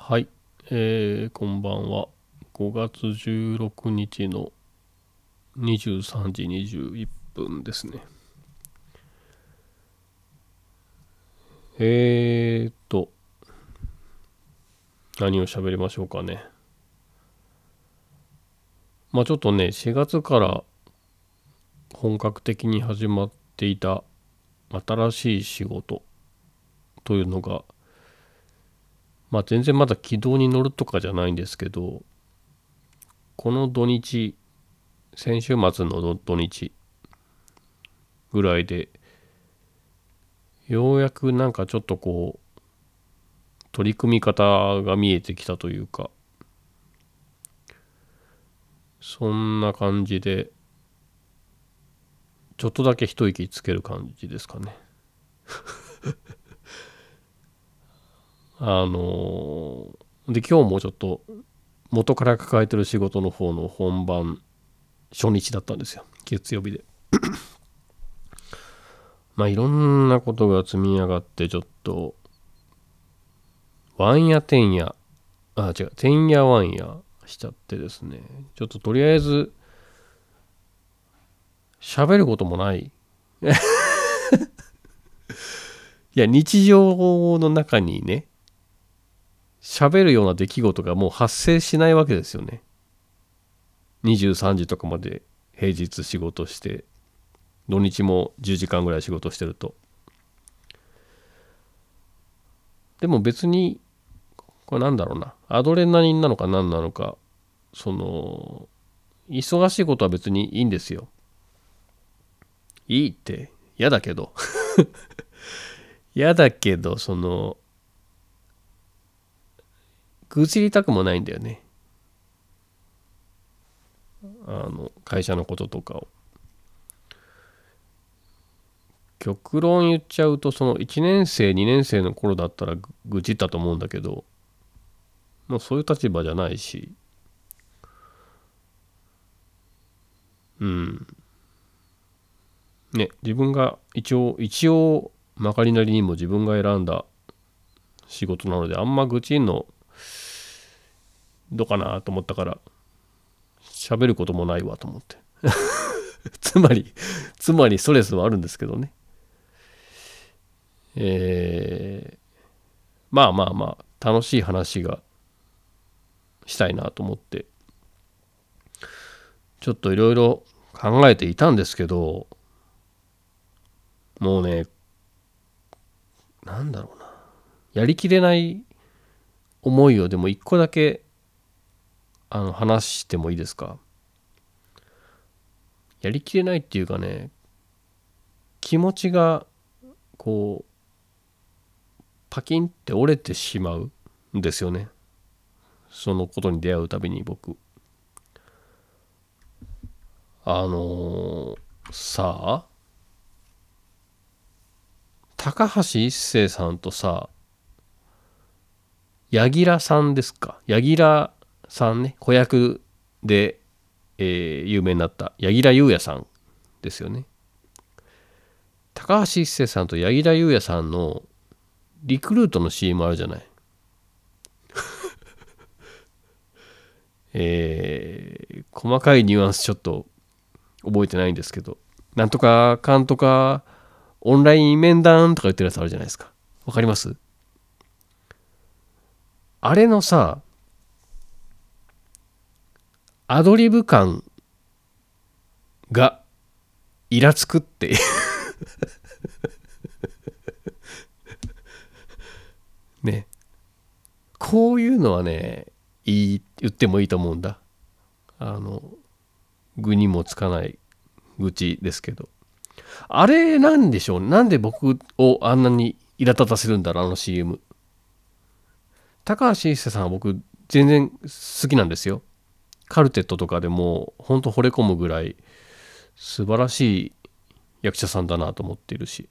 はい、こんばんは。5月16日の23時21分ですね。えーと、何を喋りましょうかね。ちょっとね、4月から本格的に始まっていた新しい仕事というのが、全然まだ軌道に乗るとかじゃないんですけど、この土日、先週末の土日ぐらいで、ようやくなんかちょっと取り組み方が見えてきたというか、そんな感じで、ちょっとだけ一息つける感じですかね。で、今日もちょっと元から抱えてる仕事の方の本番初日だったんですよ。月曜日で。いろんなことが積み上がって、ちょっと、ワンやてんや、違う、てんやわんやしちゃってですね。ちょっととりあえず、喋ることもない。いや、日常の中にね、喋るような出来事がもう発生しないわけですよね。23時とかまで平日仕事して、土日も10時間ぐらい仕事してると。でも別に、これなんだろうな。アドレナリンなのか何なのか、忙しいことは別にいいんですよ。いいって、嫌だけど。嫌だけど、愚痴りたくもないんだよね。会社のこととかを。極論言っちゃうと、その1年生、2年生の頃だったら愚痴ったと思うんだけど、もうそういう立場じゃないし、うん。ね、自分が一応、まかりなりにも自分が選んだ仕事なので、あんま愚痴んのどうかなと思ったから、喋ることもないわと思って。つまりストレスはあるんですけどね。え楽しい話がしたいなと思って、ちょっといろいろ考えていたんですけど、もうね、なんだろうな。やりきれない思いをでも一個だけ話してもいいですか？やりきれないっていうかね、気持ちがこうパキンって折れてしまうんですよね。そのことに出会うたびに僕。あのさあ、高橋一生さんとさ、柳楽さんですか？柳楽さんね、子役で、有名になった柳楽優弥さんですよね。高橋一生さんと柳楽優弥さんのリクルートの CM あるじゃない。細かいニュアンスちょっと覚えてないんですけど、なんとかかんとかオンライン面談とか言ってるやつあるじゃないですか。わかります？あれのさ、アドリブ感がイラつくってね。こういうのはね、言ってもいいと思うんだ。あの、具にもつかない愚痴ですけど。あれなんでしょう、なんで僕をあんなに苛立たせるんだろう、あの CM。高橋一生さんは僕全然好きなんですよ。カルテットとかでもほんと惚れ込むぐらい素晴らしい役者さんだなと思っているし。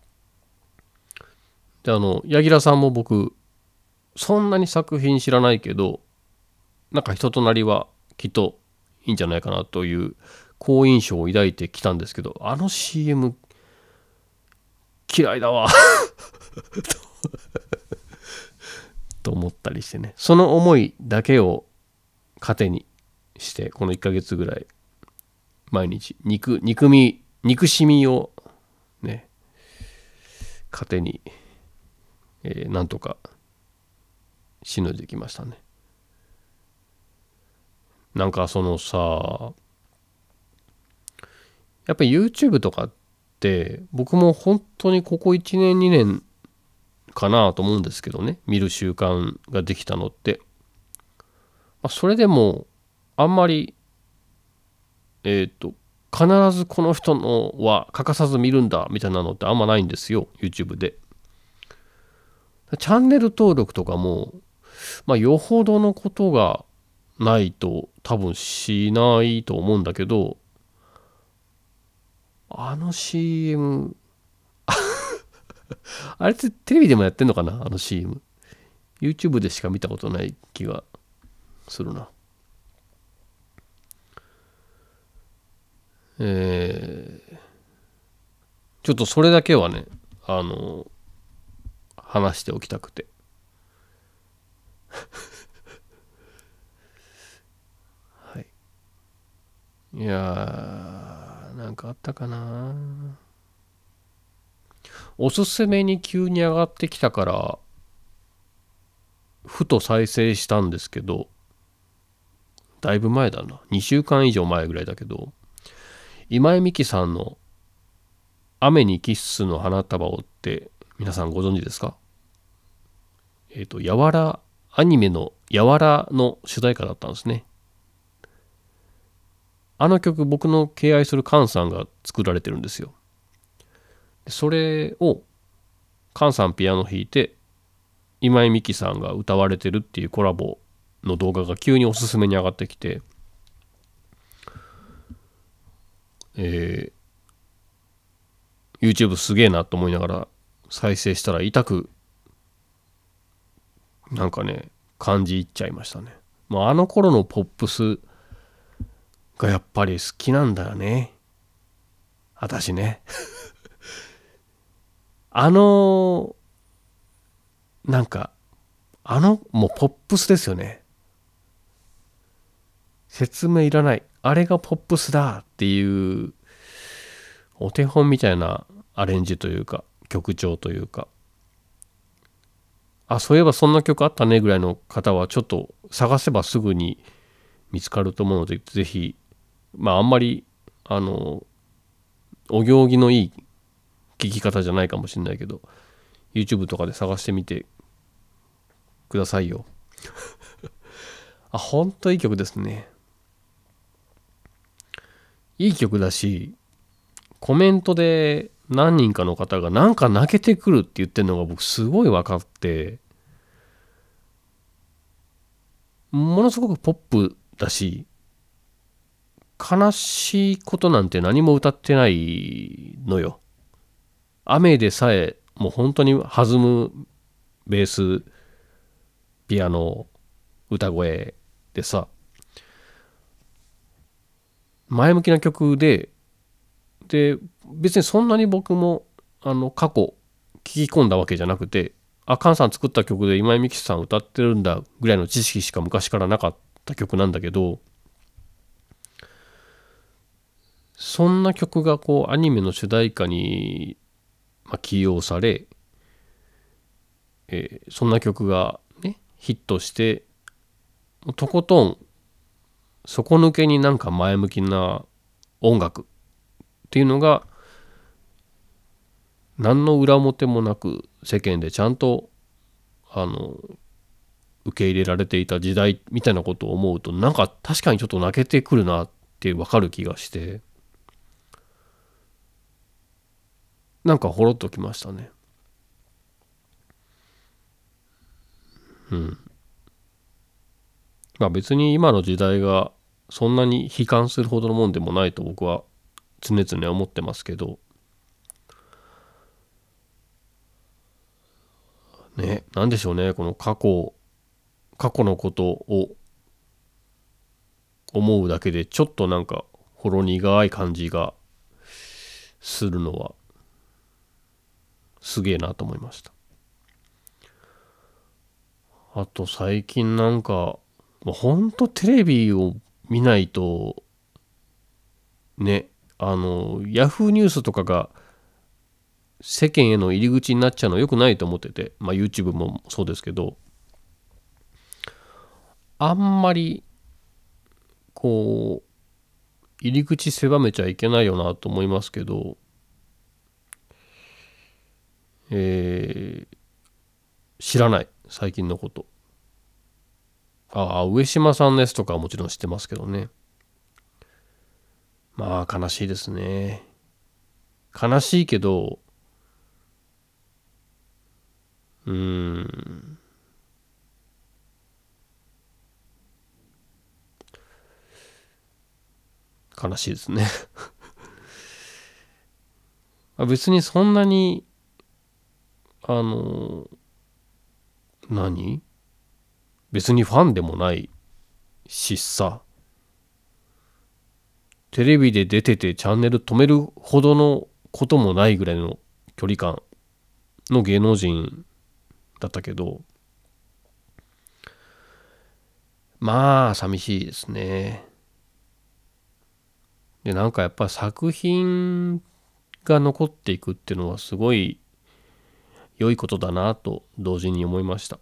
で、柳楽さんも僕、そんなに作品知らないけど、なんか人となりはきっといいんじゃないかなという好印象を抱いてきたんですけど、あの CM 嫌いだわと思ったりしてね、その思いだけを糧にしてこの1ヶ月ぐらい毎日憎しみをね糧に、なんとかしのいできましたね。なんかそのさ、やっぱり YouTube とかって僕も本当にここ1年2年かなと思うんですけどね、見る習慣ができたのって、それでもあんまり必ずこの人のは欠かさず見るんだみたいなのってあんまないんですよ、 YouTube で。チャンネル登録とかもよほどのことがないと多分しないと思うんだけど、あの CM あれってテレビでもやってんのかな、あの CM。 YouTube でしか見たことない気がするな。ちょっとそれだけはね、話しておきたくて。はい。いやー、なんかあったかな。おすすめに急に上がってきたからふと再生したんですけど、だいぶ前だな、2週間以上前ぐらいだけど、今井美樹さんの雨にキッスの花束をって皆さんご存知ですか？やわら、アニメのやわらの主題歌だったんですね。あの曲、僕の敬愛するカンさんが作られてるんですよ。それをカンさんピアノ弾いて今井美樹さんが歌われてるっていうコラボの動画が急におすすめに上がってきて、YouTube すげえなと思いながら再生したら痛くなんかね感じ入っちゃいましたね。もうあの頃のポップスがやっぱり好きなんだよね、私ね。あのなんかもうポップスですよね。説明いらない、あれがポップスだっていうお手本みたいなアレンジというか曲調というか、そういえばそんな曲あったねぐらいの方はちょっと探せばすぐに見つかると思うので、ぜひ、あんまりお行儀のいい聞き方じゃないかもしれないけど YouTube とかで探してみてくださいよ。ほんといい曲ですね。いい曲だし、コメントで何人かの方がなんか泣けてくるって言ってるのが僕すごい分かって、ものすごくポップだし、悲しいことなんて何も歌ってないのよ。雨でさえもう本当に弾むベース、ピアノ、歌声でさ、前向きな曲で別にそんなに僕も過去聞き込んだわけじゃなくて、菅さん作った曲で今井美樹さん歌ってるんだぐらいの知識しか昔からなかった曲なんだけど、そんな曲がこうアニメの主題歌に起用され、そんな曲がねヒットして、とことん底抜けになんか前向きな音楽っていうのが何の裏表もなく世間でちゃんと受け入れられていた時代みたいなことを思うと、なんか確かにちょっと泣けてくるなって分かる気がして、なんかほろっときましたね。うん。別に今の時代がそんなに悲観するほどのもんでもないと僕は常々思ってますけどね。なんでしょうね、この過去のことを思うだけでちょっとなんかほろ苦い感じがするのはすげえなと思いました。 あと最近なんか、もうほんとテレビを見ないと、ね、ヤフーニュースとかが世間への入り口になっちゃうのは良くないと思ってて、まあ YouTube もそうですけど、あんまりこう、入り口狭めちゃいけないよなと思いますけど、知らない、最近のこと。上島さんのやつとかはもちろん知ってますけどね。まあ悲しいですね。悲しいけど、うーん、悲しいですね。別にそんなに、あの、何別にファンでもないしさ、テレビで出ててチャンネル止めるほどのこともないぐらいの距離感の芸能人だったけど、まあ寂しいですね。で、なんかやっぱ作品が残っていくっていうのはすごい良いことだなと同時に思いました。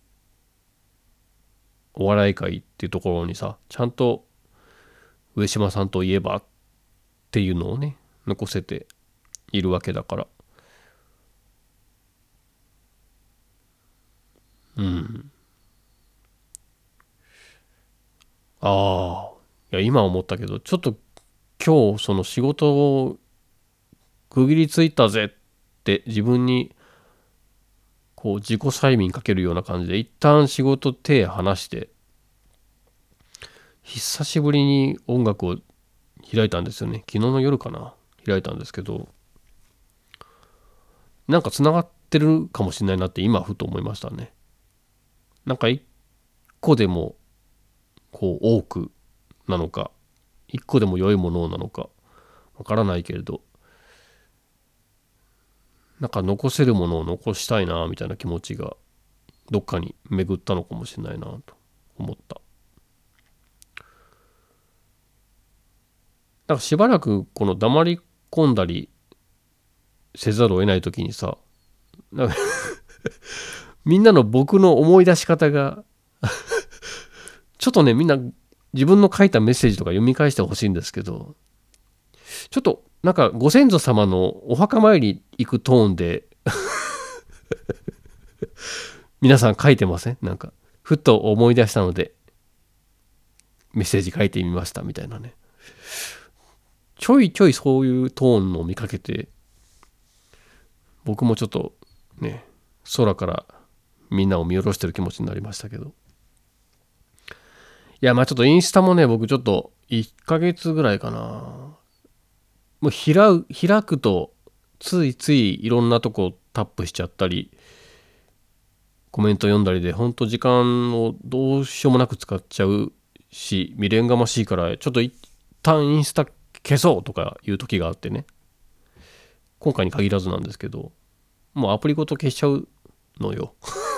お笑い界っていうところにさ、ちゃんと上島さんといえばっていうのをね、残せているわけだから。うん。ああ、いや今思ったけど、ちょっと今日その仕事を区切りついたぜって自分にこう自己催眠かけるような感じで一旦仕事手離して久しぶりに音楽を開いたんですよね。昨日の夜かな、開いたんですけど、なんか繋がってるかもしれないなって今ふと思いましたね。なんか一個でもこう多くなのか、一個でも良いものなのかわからないけれど、なんか残せるものを残したいなみたいな気持ちがどっかに巡ったのかもしれないなと思った。なんかしばらくこの黙り込んだりせざるを得ない時にさ、なんかみんなの僕の思い出し方がちょっとね、みんな自分の書いたメッセージとか読み返してほしいんですけど、ちょっとなんかご先祖様のお墓参り行くトーンで皆さん書いてません？なんかふっと思い出したのでメッセージ書いてみましたみたいなね。ちょいちょいそういうトーンのを見かけて、僕もちょっとね、空からみんなを見下ろしてる気持ちになりましたけど。いや、まあちょっとインスタもね、僕ちょっと1ヶ月ぐらいかな。もう開くとついついいろんなとこタップしちゃったり、コメント読んだりで、ほんと時間をどうしようもなく使っちゃうし、未練がましいから、ちょっと一旦インスタ消そうとかいう時があってね。今回に限らずなんですけど、もうアプリごと消しちゃうのよ。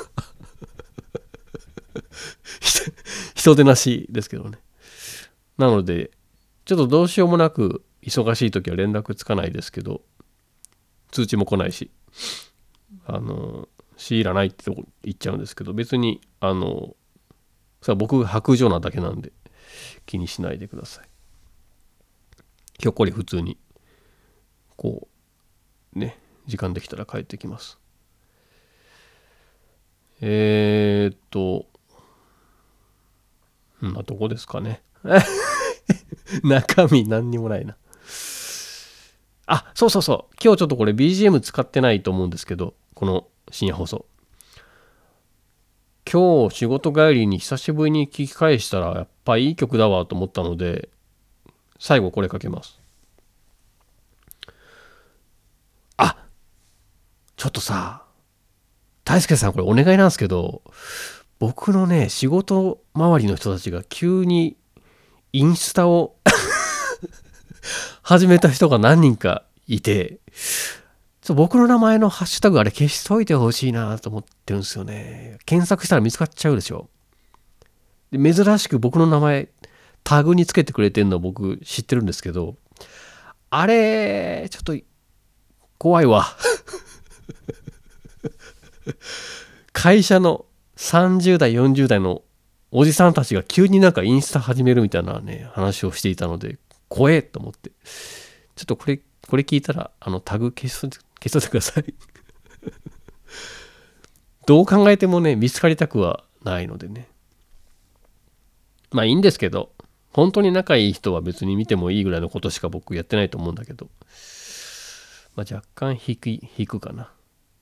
人手なしですけどね。なので、ちょっとどうしようもなく忙しい時は連絡つかないですけど、通知も来ないし、強いらないって言っちゃうんですけど、別に、さあ僕が白状なだけなんで気にしないでください。ひょっこり普通に、こう、ね、時間できたら帰ってきます。どこですかね。中身何にもないな。そうそうそう。今日ちょっとこれ BGM 使ってないと思うんですけど、この深夜放送。今日仕事帰りに久しぶりに聞き返したらやっぱいい曲だわと思ったので、最後これかけます。ちょっとさ、大輔さんこれお願いなんですけど、僕のね、仕事周りの人たちが急にインスタを始めた人が何人かいて、 僕の名前のハッシュタグあれ消しといてほしいなと思ってるんですよね。検索したら見つかっちゃうでしょ。で珍しく僕の名前タグにつけてくれてるの僕知ってるんですけど、あれちょっと怖いわ。会社の30代40代のおじさんたちが急になんかインスタ始めるみたいなね話をしていたので怖えと思って、ちょっとこれ聞いたらタグ消しといてください。どう考えてもね見つかりたくはないのでね、まあいいんですけど、本当に仲いい人は別に見てもいいぐらいのことしか僕やってないと思うんだけど、まあ若干引くかな。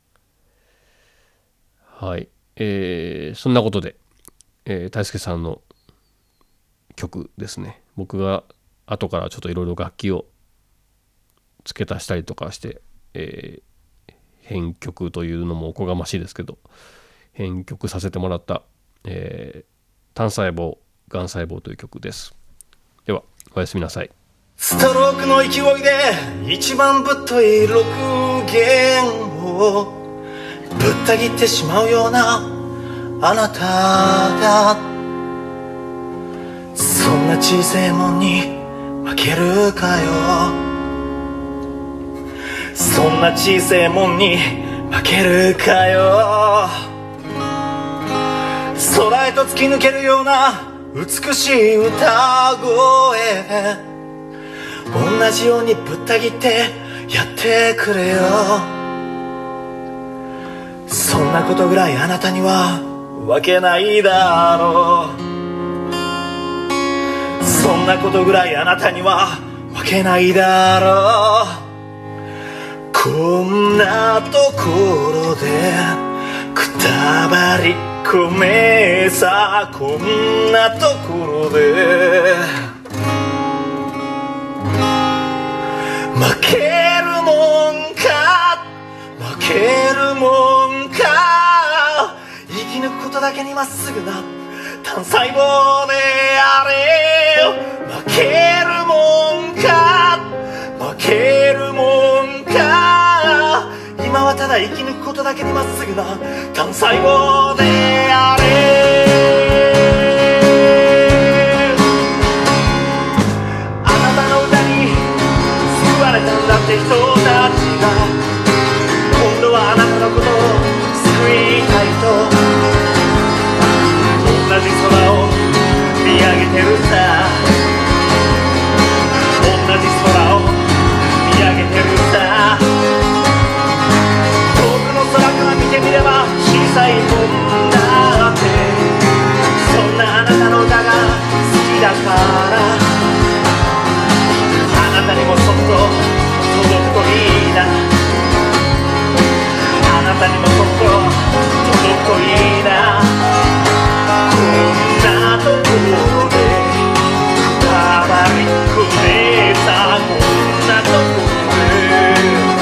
はい、そんなことで、大輔さんの曲ですね。僕が後からちょっといろいろ楽器を付け足したりとかして、編曲というのもおこがましいですけど編曲させてもらった、単細胞がん細胞という曲です。ではおやすみなさい。 ストロークの勢いで一番ぶっとい6弦をぶった切ってしまうようなあなたが、そんな小さいもんに負けるかよ。そんな小さいもんに負けるかよ。空へと突き抜けるような美しい歌声、同じようにぶった切ってやってくれよ。そんなことぐらいあなたにはわけないだろう。そんなことぐらいあなたにはわけないだろう。こんなところでくたばりこめさ、こんなところで負けるもんか負けるもんか、生き抜くことだけにまっすぐな単細胞であれよ。負けるもんか負けるもんか、今はただ生き抜くことだけにまっすぐな単細胞であれ。あなたの歌に救われたんだって人たちが、今度はあなたのことを救いたいと同じ空を見上げてるさ。同じ空を見上げてるさ。遠くの空から見てみれば小さいもんだって、そんなあなたの歌が好きだから、あなたにもそっと届くといいな。あなたにもそっと届くといいな。こんなところでくたばりくれさ、こんなところで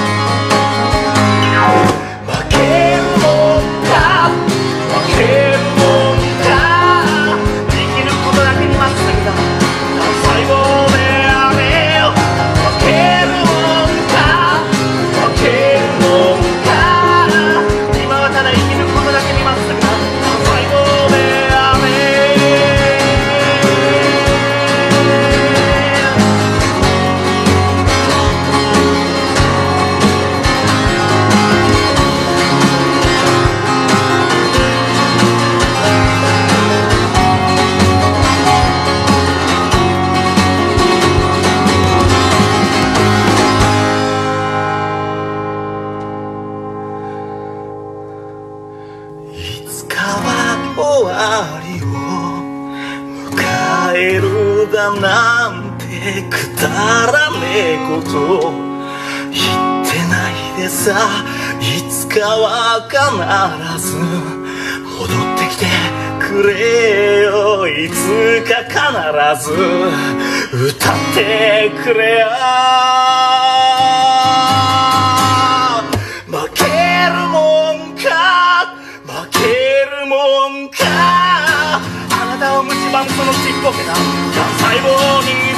負けるもんか負けるもんか、生きることだけにまっすぐな最後であれよ。負けるもんか負けるもんか、今はただ生きることだけにまっすぐな最後であれ。いつかは終わりを迎えるだなんてくだらねえこと言ってないでさ。いつかは必ず戻ってきてくれよ。いつか必ず歌ってくれよ。負けるもんか負けるもんか、あなたを蝕むそのちっぽけな単細胞に